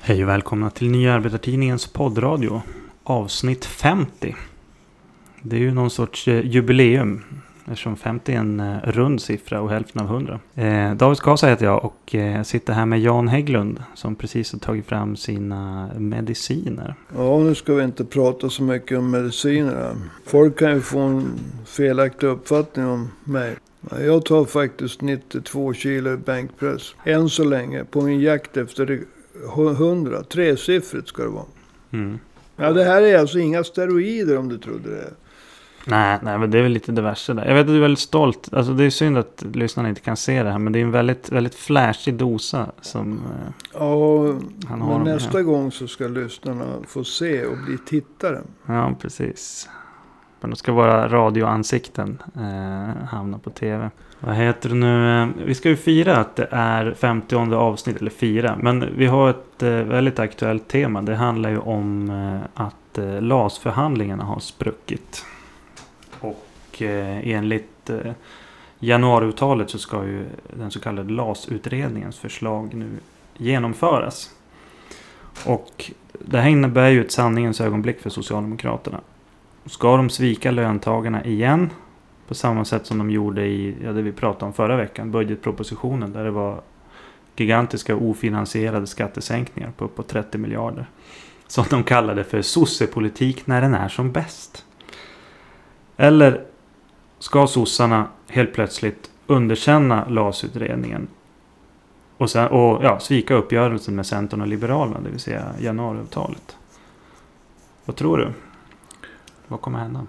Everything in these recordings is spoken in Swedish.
Hej och välkomna till Nya Arbetartidningens poddradio, avsnitt 50. Det är ju någon sorts jubileum, eftersom 50 är en rund siffra och hälften av 100. David Skasa heter jag och jag sitter här med Jan Hägglund som precis har tagit fram sina mediciner. Ja, nu ska vi inte prata så mycket om mediciner. Folk kan ju få en felaktig uppfattning om mig. Jag tar faktiskt 92 kilo bänkpress. Än så länge på min jakt efter 100. Tresiffrigt ska det vara. Mm. Ja, det här är alltså inga steroider om du trodde det. Nej, men det är väl lite det värsta där. Jag vet att du är väldigt stolt. Alltså det är synd att lyssnarna inte kan se det här. Men det är en väldigt, väldigt flashig dosa som han har. Men nästa gång så ska lyssnarna få se och bli tittare. Ja, precis. Men då ska våra radioansikten hamna på tv. Vad heter det nu? Vi ska ju fira att det är 50:e avsnitt, eller fira. Men vi har ett väldigt aktuellt tema. Det handlar ju om att LAS-förhandlingarna har spruckit. Och enligt januariavtalet så ska ju den så kallade LAS-utredningens förslag nu genomföras. Och det här innebär ju ett sanningens ögonblick för Socialdemokraterna. Ska de svika löntagarna igen på samma sätt som de gjorde i det vi pratade om förra veckan, budgetpropositionen, där det var gigantiska ofinansierade skattesänkningar på uppåt 30 miljarder. Som de kallade för sossepolitik när den är som bäst. Eller ska sossarna helt plötsligt underkänna LAS-utredningen och svika uppgörelsen med Centern och Liberalerna, det vill säga januariavtalet? Vad tror du? Vad kommer hända?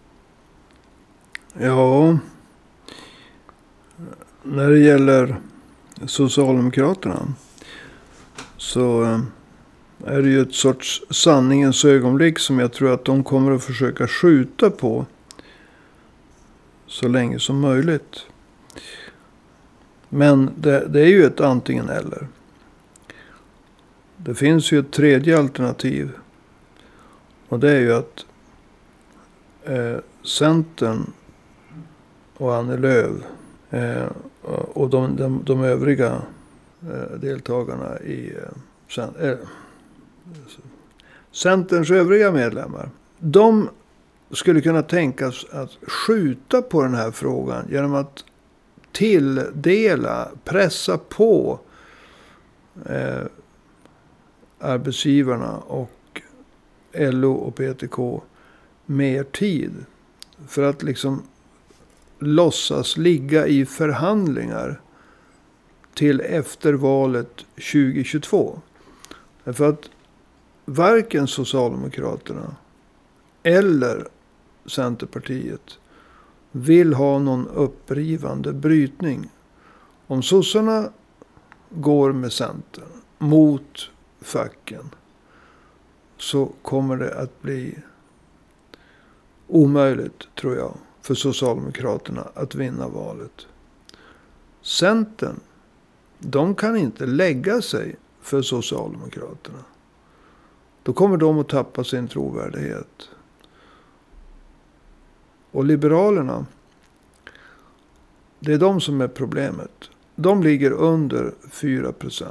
Ja, när det gäller Socialdemokraterna så är det ju ett sorts sanningens ögonblick som jag tror att de kommer att försöka skjuta på så länge som möjligt. Men det är ju ett antingen eller. Det finns ju ett tredje alternativ. Och det är ju att Centern och Annie Lööf och de övriga deltagarna i Centerns övriga medlemmar. De skulle kunna tänkas att skjuta på den här frågan genom att pressa på arbetsgivarna och LO och PTK mer tid. För att liksom låtsas ligga i förhandlingar till efter valet 2022. Därför att varken Socialdemokraterna eller Centerpartiet vill ha någon upprivande brytning. Om sossarna går med Centern mot facken så kommer det att bli omöjligt, tror jag, för Socialdemokraterna att vinna valet. Centern, de kan inte lägga sig för Socialdemokraterna. Då kommer de att tappa sin trovärdighet. Och Liberalerna, det är de som är problemet. De ligger under 4%.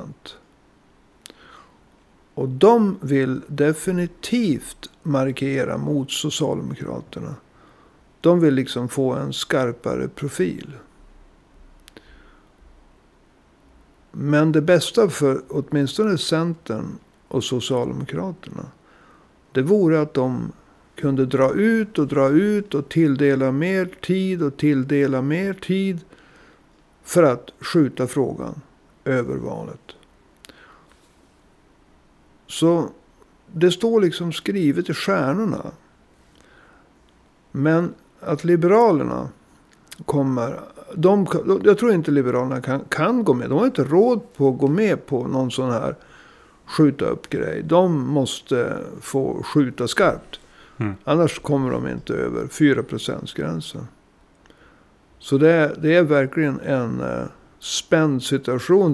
Och de vill definitivt markera mot Socialdemokraterna. De vill liksom få en skarpare profil. Men det bästa för åtminstone Centern och Socialdemokraterna, det vore att de kunde dra ut och tilldela mer tid för att skjuta frågan över valet. Så det står liksom skrivet i stjärnorna. Men att Liberalerna kommer... Jag tror inte Liberalerna kan gå med. De har inte råd på att gå med på någon sån här skjuta upp grej. De måste få skjuta skarpt. Annars kommer de inte över 4%-gränsen. Så det är verkligen en spänd situation.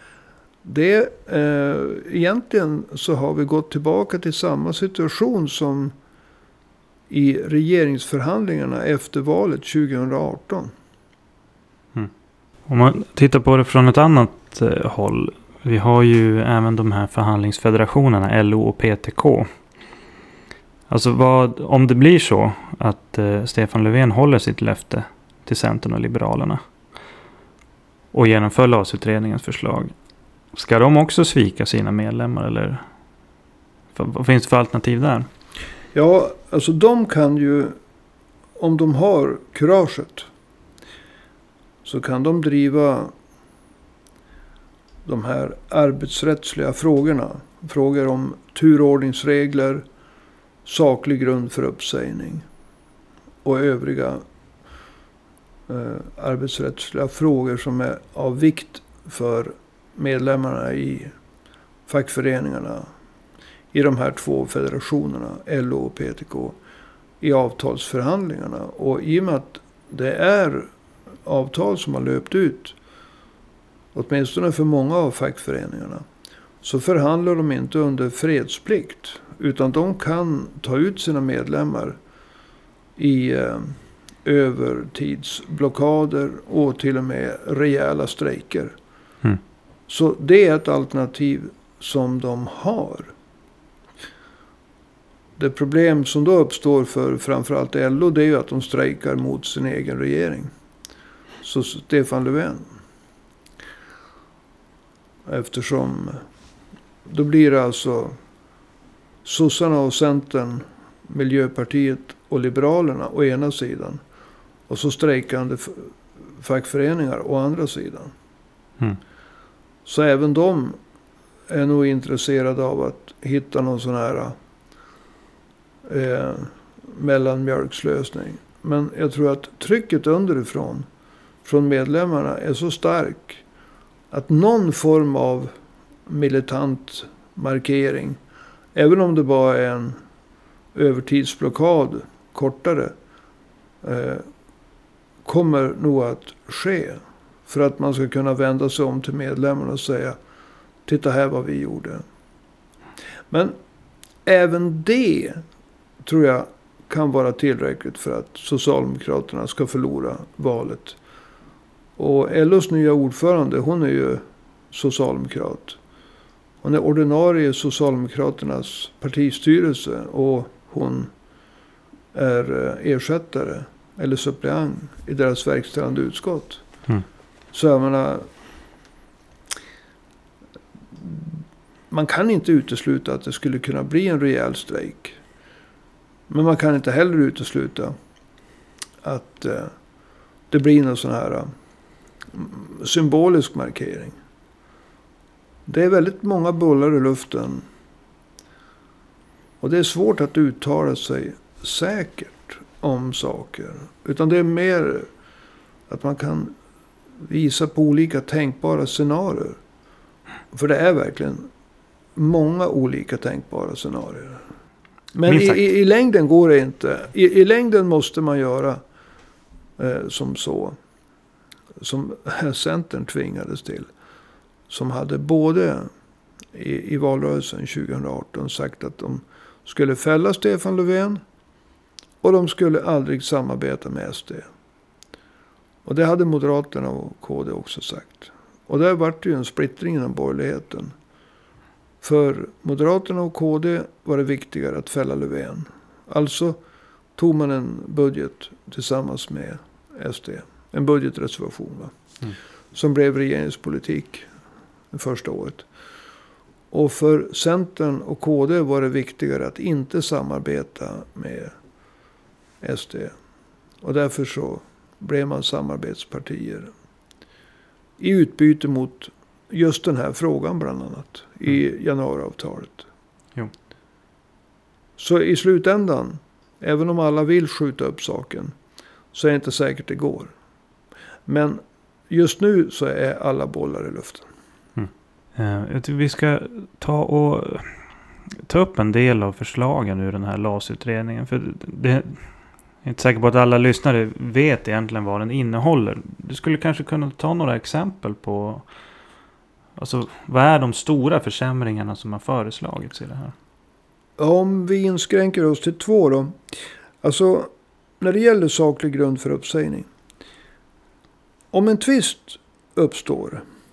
Egentligen så har vi gått tillbaka till samma situation som i regeringsförhandlingarna efter valet 2018. Om man tittar på det från ett annat håll. Vi har ju även de här förhandlingsfederationerna, LO och PTK. Alltså om det blir så att Stefan Löfven håller sitt löfte till Centern och Liberalerna och genomför LAS-utredningens förslag. Ska de också svika sina medlemmar eller vad finns det för alternativ där? Ja, alltså de kan ju, om de har kuraget, så kan de driva de här arbetsrättsliga frågorna. Frågor om turordningsregler, saklig grund för uppsägning och övriga arbetsrättsliga frågor som är av vikt för medlemmarna i fackföreningarna i de här två federationerna, LO och PTK, i avtalsförhandlingarna. Och i och med att det är avtal som har löpt ut, åtminstone för många av fackföreningarna, så förhandlar de inte under fredsplikt, utan de kan ta ut sina medlemmar i övertidsblockader och till och med rejäla strejker. Mm. Så det är ett alternativ som de har. Det problem som då uppstår för framförallt LO, det är ju att de strejkar mot sin egen regering. Så Stefan Löfven. Eftersom då blir det alltså sossarna och Centern, Miljöpartiet och Liberalerna å ena sidan. Och så strejkande fackföreningar å andra sidan. Mm. Så även de är nog intresserade av att hitta någon sån här mellanmjölkslösning. Men jag tror att trycket underifrån från medlemmarna är så stark att någon form av militant markering, även om det bara är en övertidsblockad kortare, kommer nog att ske för att man ska kunna vända sig om till medlemmarna och säga: titta här vad vi gjorde. Men även det tror jag kan vara tillräckligt för att Socialdemokraterna ska förlora valet. Och LOs nya ordförande, hon är ju socialdemokrat. Hon är ordinarie Socialdemokraternas partistyrelse och hon är ersättare eller suppleant i deras verkställande utskott. Mm. Så jag menar, man kan inte utesluta att det skulle kunna bli en rejäl strejk. Men man kan inte heller utesluta att det blir någon sån här symbolisk markering. Det är väldigt många bollar i luften. Och det är svårt att uttala sig säkert om saker. Utan det är mer att man kan visa på olika tänkbara scenarier. För det är verkligen många olika tänkbara scenarier. Men i längden går det inte. I längden måste man göra som så. Som Centern tvingades till. Som hade både i valrörelsen 2018 sagt att de skulle fälla Stefan Löfven. Och de skulle aldrig samarbeta med SD. Och det hade Moderaterna och KD också sagt. Och där var det ju en splittring inom borgerligheten. För Moderaterna och KD var det viktigare att fälla Löfven. Alltså tog man en budget tillsammans med SD. En budgetreservation, va? Mm. Som blev regeringspolitik det första året. Och för Centern och KD var det viktigare att inte samarbeta med SD. Och därför så blev man samarbetspartier. I utbyte mot just den här frågan bland annat. I januariavtalet. Jo. Så i slutändan, även om alla vill skjuta upp saken, så är det inte säkert det går. Men just nu så är alla bollar i luften. Vi ska ta upp en del av förslagen ur den här LAS-utredningen. För det är inte säker på att alla lyssnare vet egentligen vad den innehåller. Du skulle kanske kunna ta några exempel på, alltså, vad är de stora försämringarna som har föreslagits i det här? Om vi inskränker oss till 2 då. Alltså, när det gäller saklig grund för uppsägning. Om en tvist uppstår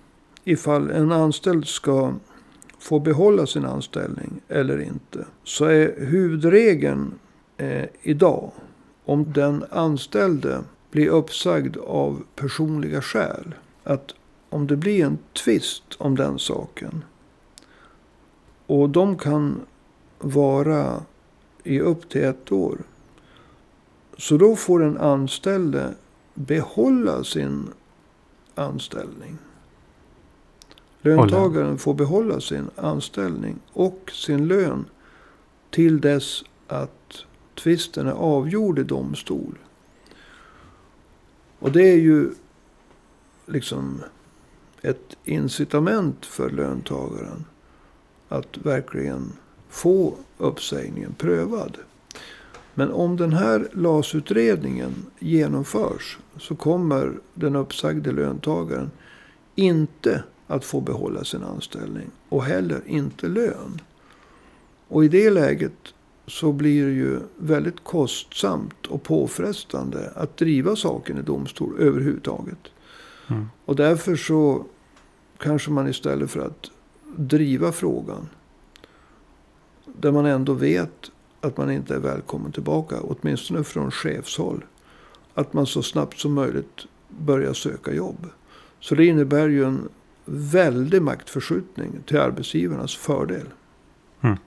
ifall en anställd ska få behålla sin anställning eller inte. Så är huvudregeln idag, om den anställde blir uppsagd av personliga skäl, att om det blir en tvist om den saken, och de kan vara i upp till 1 år, så då får den anställde behålla sin anställning. Löntagaren får behålla sin anställning och sin lön till dess att tvisten är avgjord i domstol. Och det är ju liksom ett incitament för löntagaren att verkligen få uppsägningen prövad. Men om den här LAS-utredningen genomförs, så kommer den uppsagde löntagaren inte att få behålla sin anställning och heller inte lön. Och i det läget så blir det ju väldigt kostsamt och påfrestande att driva saken i domstol överhuvudtaget. Mm. Och därför så kanske man istället för att driva frågan, där man ändå vet att man inte är välkommen tillbaka, åtminstone från chefshåll, att man så snabbt som möjligt börjar söka jobb. Så det innebär ju en väldig maktförskjutning till arbetsgivarnas fördel. Mm.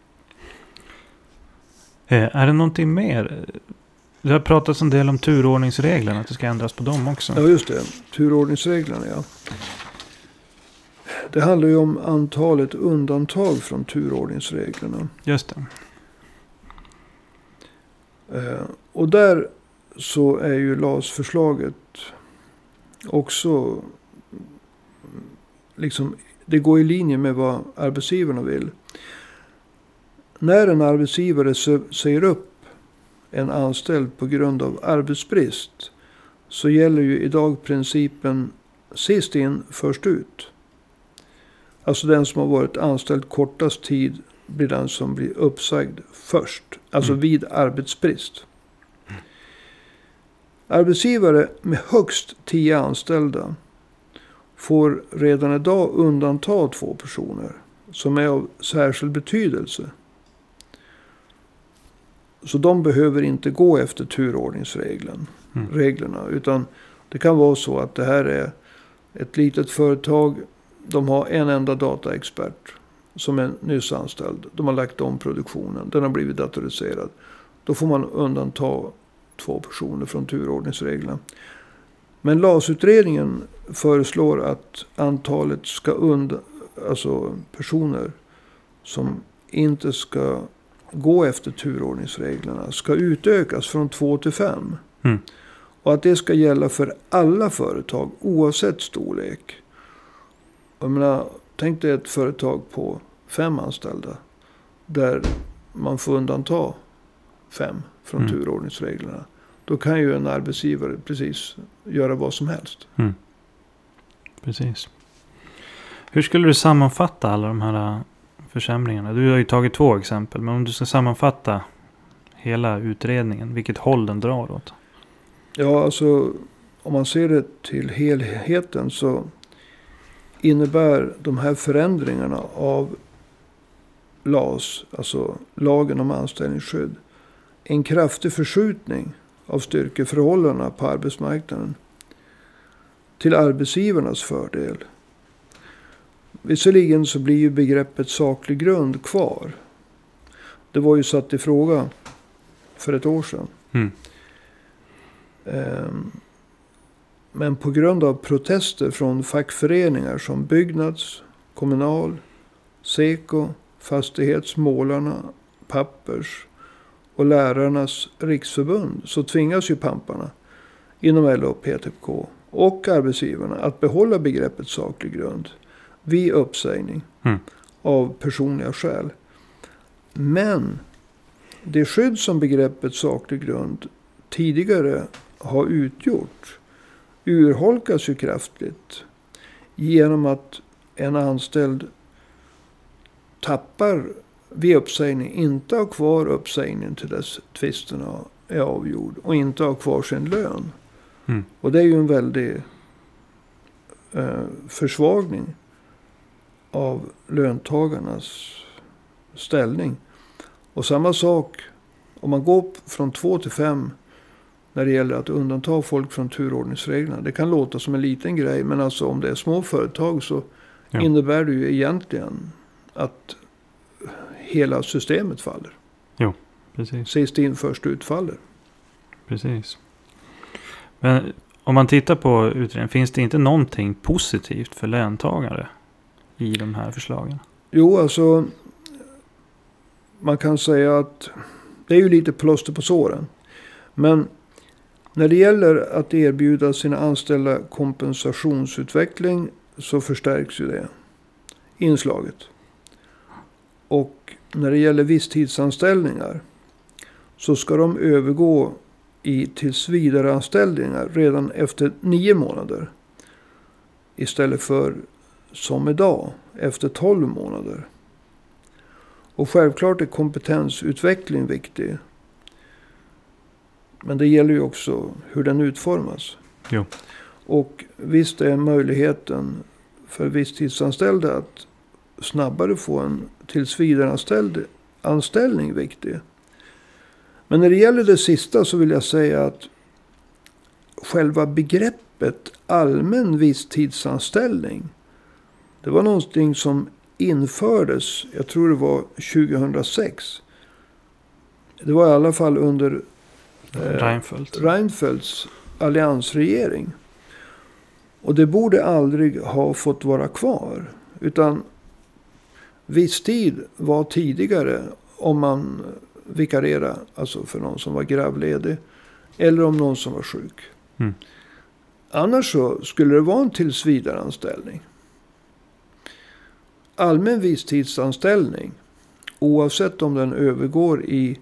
Är det någonting mer? Det har pratats en del om turordningsreglerna, att det ska ändras på dem också. Ja, just det. Turordningsreglerna, ja. Det handlar ju om antalet undantag från turordningsreglerna. Just det. Och där så är ju LAS-förslaget också liksom, det går i linje med vad arbetsgivarna vill. När en arbetsgivare säger upp en anställd på grund av arbetsbrist, så gäller ju idag principen sist in, först ut. Alltså den som har varit anställd kortast tid blir den som blir uppsagd först. Alltså vid arbetsbrist. Arbetsgivare med högst 10 anställda får redan idag undanta 2 personer som är av särskild betydelse. Så de behöver inte gå efter turordningsreglerna. Utan det kan vara så att det här är ett litet företag. De har en enda dataexpert som är nyss anställd. De har lagt om produktionen. Den har blivit datoriserad. Då får man undanta 2 personer från turordningsreglerna. Men LAS-utredningen föreslår att antalet alltså personer som inte ska gå efter turordningsreglerna ska utökas från 2 till 5. Mm. Och att det ska gälla för alla företag oavsett storlek. Jag menar, tänk dig ett företag på 5 anställda där man får undanta 5 från turordningsreglerna. Då kan ju en arbetsgivare precis göra vad som helst. Mm. Precis. Hur skulle du sammanfatta alla de här försämringarna? Du har ju tagit 2 exempel, men om du ska sammanfatta hela utredningen, vilket håll den drar åt? Ja, alltså om man ser det till helheten så innebär de här förändringarna av LAS, alltså lagen om anställningsskydd, en kraftig förskjutning av styrkeförhållandena på arbetsmarknaden till arbetsgivarnas fördel. Visserligen så blir ju begreppet saklig grund kvar. Det var ju satt i fråga för 1 år sedan. Mm. Men på grund av protester från fackföreningar som Byggnads, Kommunal, Seko, Fastighetsmålarna, Pappers och Lärarnas riksförbund, så tvingas ju pamparna inom LO och PTK och arbetsgivarna att behålla begreppet saklig grund vid uppsägning av personliga skäl. Men det skydd som begreppet saklig grund tidigare har utgjort urholkas ju kraftigt genom att en anställd tappar vid uppsägning, inte har kvar uppsägningen till dess tvisterna är avgjord och inte har kvar sin lön. Och det är ju en väldig försvagning av löntagarnas ställning. Och samma sak om man går från 2 till 5 när det gäller att undanta folk från turordningsreglerna. Det kan låta som en liten grej, men alltså om det är små företag så innebär det ju egentligen att hela systemet faller. Jo, precis. Sist in först ut faller. Precis. Men om man tittar på utredningen, finns det inte någonting positivt för löntagare i de här förslagen? Jo, alltså man kan säga att det är ju lite plåster på såren. Men när det gäller att erbjuda sina anställda kompensationsutveckling så förstärks ju det inslaget. Och när det gäller visstidsanställningar så ska de övergå i tillsvidareanställningar redan efter 9 månader. Istället för som idag efter 12 månader. Och självklart är kompetensutveckling viktig. Men det gäller ju också hur den utformas. Jo. Och visst är möjligheten för visstidsanställda att snabbare få en tillsvidareanställning viktig. Men när det gäller det sista så vill jag säga att själva begreppet allmän visstidsanställning, det var någonting som infördes, jag tror det var 2006. Det var i alla fall under Reinfeldts alliansregering. Och det borde aldrig ha fått vara kvar. Utan viss tid var tidigare om man vikarierade, alltså för någon som var gravledig. Eller om någon som var sjuk. Mm. Annars så skulle det vara en tillsvidareanställning. Allmän visstidsanställning, oavsett om den övergår i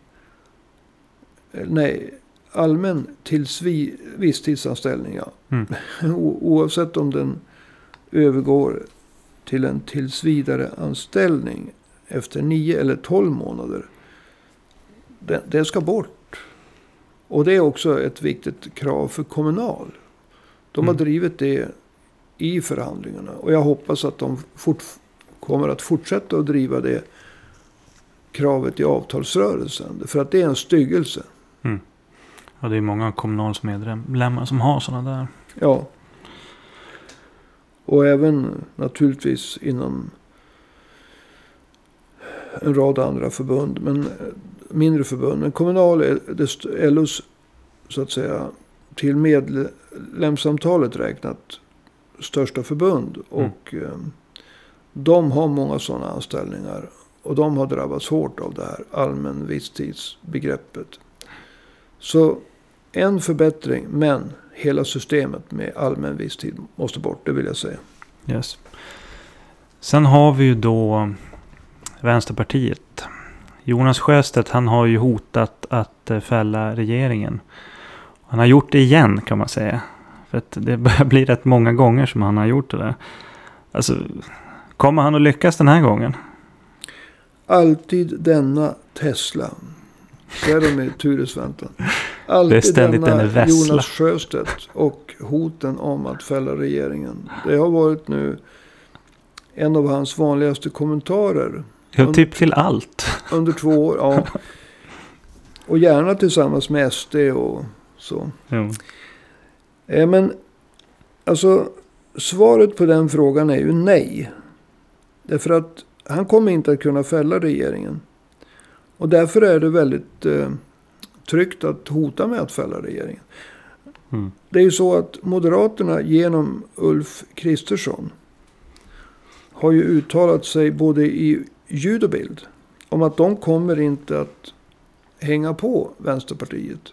allmän visstidsanställning, ja. Oavsett om den övergår till en tillsvidareanställning efter 9 eller 12 månader. Det ska bort. Och det är också ett viktigt krav för Kommunal. De har drivit det i förhandlingarna. Och jag hoppas att de kommer att fortsätta att driva det kravet i avtalsrörelsen. För att det är en styggelse. Mm. Ja, det är många Kommunals medlemmar som har sådana där. Ja. Och även naturligtvis inom en rad andra förbund. Men mindre förbund. Men Kommunal är LOs så att säga till medlemsantalet räknat största förbund. Och de har många sådana anställningar. Och de har drabbats hårt av det här allmän visstidsbegreppet. Så en förbättring, men hela systemet med allmän visstid måste bort, det vill jag säga. Yes. Sen har vi ju då Vänsterpartiet. Jonas Sjöstedt, han har ju hotat att fälla regeringen. Han har gjort det igen, kan man säga. För att det börjar bli rätt många gånger som han har gjort det där. Alltså, kommer han att lyckas den här gången? Alltid denna Tesla. Det är de i Turesväntan. Alltid det är ständigt denna Jonas Sjöstedt och hoten om att fälla regeringen. Det har varit nu en av hans vanligaste kommentarer. Ja, typ till allt. Under 2 år, ja. Och gärna tillsammans med SD och så. Jo. Men alltså svaret på den frågan är ju nej. Därför att han kommer inte att kunna fälla regeringen. Och därför är det väldigt tryggt att hota med att fälla regeringen. Mm. Det är ju så att Moderaterna genom Ulf Kristersson har ju uttalat sig både i ljud och bild om att de kommer inte att hänga på Vänsterpartiet.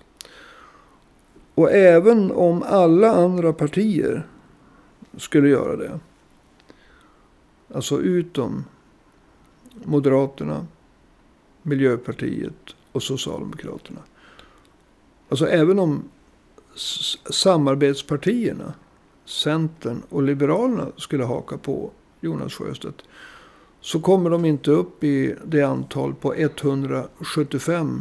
Och även om alla andra partier skulle göra det, alltså utom Moderaterna, Miljöpartiet och Socialdemokraterna. Alltså även om samarbetspartierna, Centern och Liberalerna skulle haka på Jonas Sjöstedt, så kommer de inte upp i det antal på 175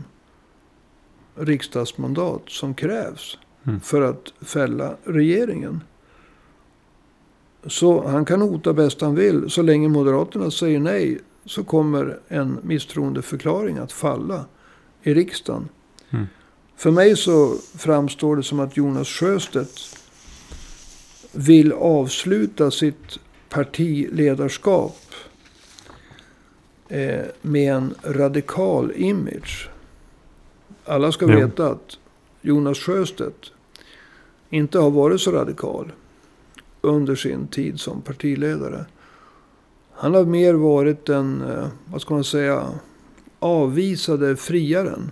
riksdagsmandat som krävs för att fälla regeringen. Så han kan hota bäst han vill. Så länge Moderaterna säger nej så kommer en misstroendeförklaring att falla i riksdagen. Mm. För mig så framstår det som att Jonas Sjöstedt vill avsluta sitt partiledarskap med en radikal image. Alla ska veta att Jonas Sjöstedt inte har varit så radikal under sin tid som partiledare. Han har mer varit en, vad ska man säga, avvisade friaren.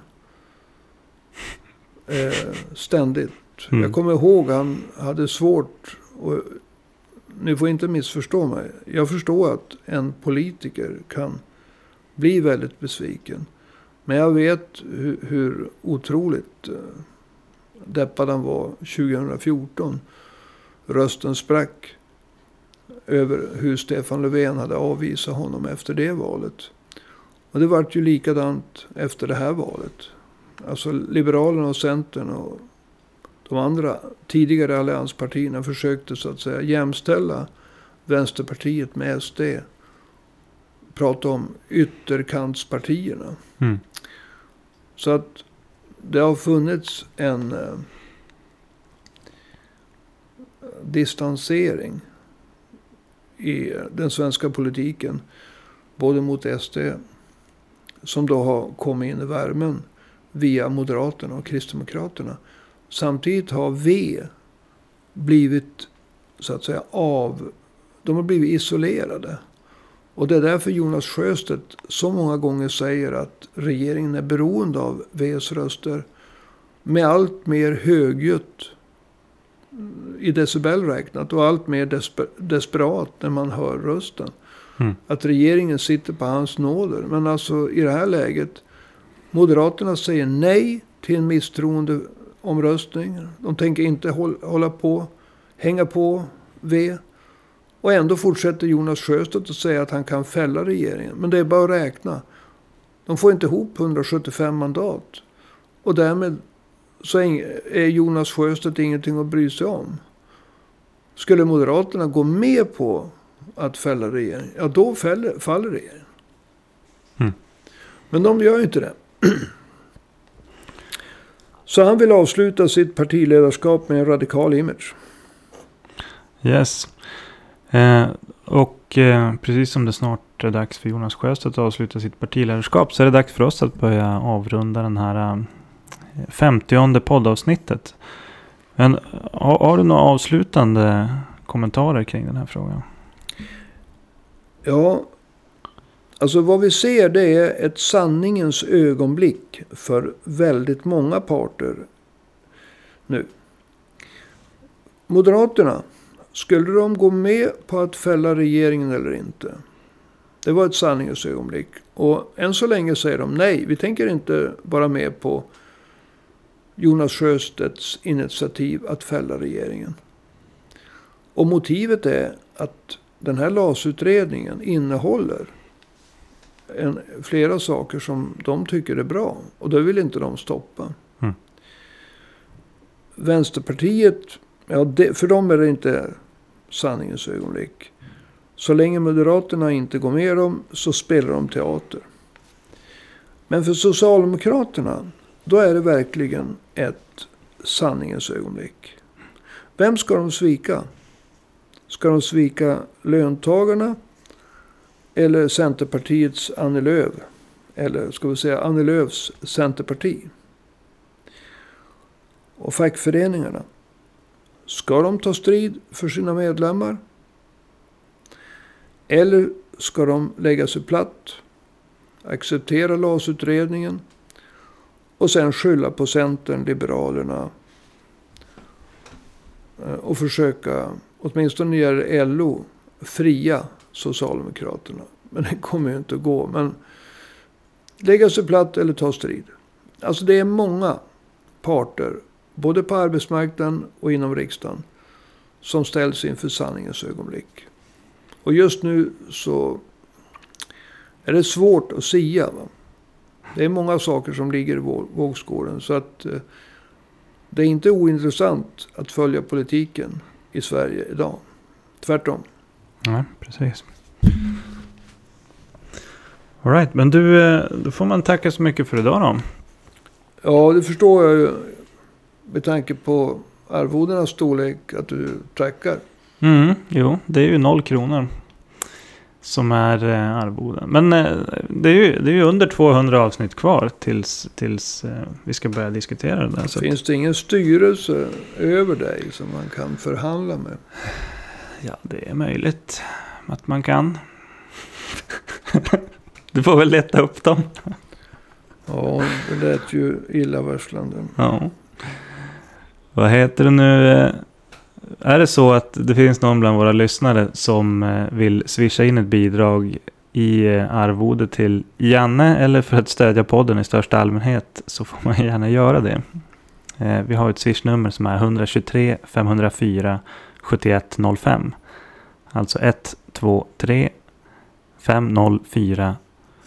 Ständigt. Mm. Jag kommer ihåg han hade svårt, och ni får inte missförstå mig. Jag förstår att en politiker kan bli väldigt besviken. Men jag vet hur otroligt deppad han var 2014. Rösten sprack över hur Stefan Löfven hade avvisat honom efter det valet. Och det var ju likadant efter det här valet. Alltså Liberalerna och Centern och de andra tidigare allianspartierna försökte så att säga jämställa Vänsterpartiet med SD. Prata om ytterkantspartierna. Mm. Så att det har funnits en distansering i den svenska politiken. Både mot SD som då har kommit in i värmen via Moderaterna och Kristdemokraterna. Samtidigt har V blivit så att säga de har blivit isolerade. Och det är därför Jonas Sjöstedt så många gånger säger att regeringen är beroende av V:s röster. Med allt mer högljutt i decibel räknat och allt mer desperat när man hör rösten. Mm. Att regeringen sitter på hans nåder. Men alltså i det här läget, Moderaterna säger nej till en misstroendeomröstning. De tänker inte hänga på V. Och ändå fortsätter Jonas Sjöstedt att säga att han kan fälla regeringen. Men det är bara att räkna. De får inte ihop 175 mandat. Och därmed så är Jonas Sjöstedt ingenting att bry sig om. Skulle Moderaterna gå med på att fälla regeringen, ja då faller regeringen. Mm. Men de gör inte det. Så han vill avsluta sitt partiledarskap med en radikal image. Yes. Precis som det snart är dags för Jonas Sjöstedt att avsluta sitt partiledarskap så är det dags för oss att börja avrunda den här 50:e poddavsnittet. Men har du några avslutande kommentarer kring den här frågan? Ja, alltså vad vi ser det är ett sanningens ögonblick för väldigt många parter nu. Moderaterna, skulle de gå med på att fälla regeringen eller inte? Det var ett sanningens ögonblick. Och än så länge säger de nej. Vi tänker inte vara med på Jonas Sjöstedts initiativ att fälla regeringen. Och motivet är att den här LAS-utredningen innehåller flera saker som de tycker är bra. Och det vill inte de stoppa. Mm. Vänsterpartiet, för dem är det inte sanningens ögonblick. Så länge Moderaterna inte går med dem så spelar de teater. Men för Socialdemokraterna, då är det verkligen ett sanningens ögonblick. Vem ska de svika? Ska de svika löntagarna eller Centerpartiets Annie Lööf? Eller ska vi säga Annie Lööfs Centerparti? Och fackföreningarna. Ska de ta strid för sina medlemmar? Eller ska de lägga sig platt, acceptera LAS-utredningen och sen skylla på Centern, Liberalerna och försöka, åtminstone när det gäller LO, fria Socialdemokraterna. Men det kommer ju inte att gå. Men lägga sig platt eller ta strid. Alltså det är många parter, både på arbetsmarknaden och inom riksdagen, som ställs inför sanningens ögonblick. Och just nu så är det svårt att sia. Va? Det är många saker som ligger i vågskålen. Så att det är inte ointressant att följa politiken i Sverige idag. Tvärtom. Ja, precis. All right, men du, då får man tacka så mycket för idag då. Ja, det förstår jag ju. Med tanke på arvodernas storlek att du tackar. Jo, det är ju 0 kronor som är arvoden. Men det är ju under 200 avsnitt kvar tills vi ska börja diskutera det där. Så finns det ingen styrelse över dig som man kan förhandla med? Ja, det är möjligt att man kan. Du får väl leta upp dem. Ja, det lät ju illavarslande. Ja. Vad heter det nu? Är det så att det finns någon bland våra lyssnare som vill swisha in ett bidrag i arvode till Janne eller för att stödja podden i största allmänhet, så får man gärna göra det. Vi har ett swishnummer som är 123 504 7105. Alltså 123 504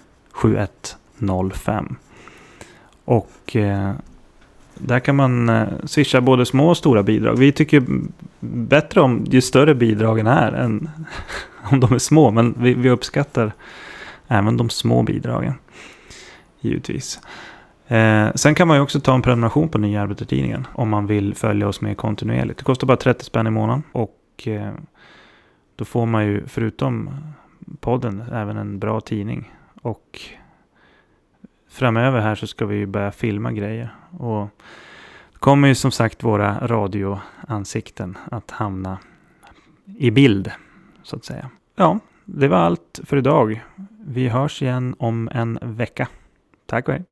7105. Och där kan man swisha både små och stora bidrag. Vi tycker bättre om ju större bidragen är än om de är små. Men vi uppskattar även de små bidragen. Givetvis. Sen kan man ju också ta en prenumeration på Nya Arbetartidningen om man vill följa oss mer kontinuerligt. Det kostar bara 30 spänn i månaden. Och då får man ju förutom podden även en bra tidning. Och framöver här så ska vi ju börja filma grejer. Och det kommer ju som sagt våra radioansikten att hamna i bild, så att säga. Ja, det var allt för idag. Vi hörs igen om en vecka. Tack och hej.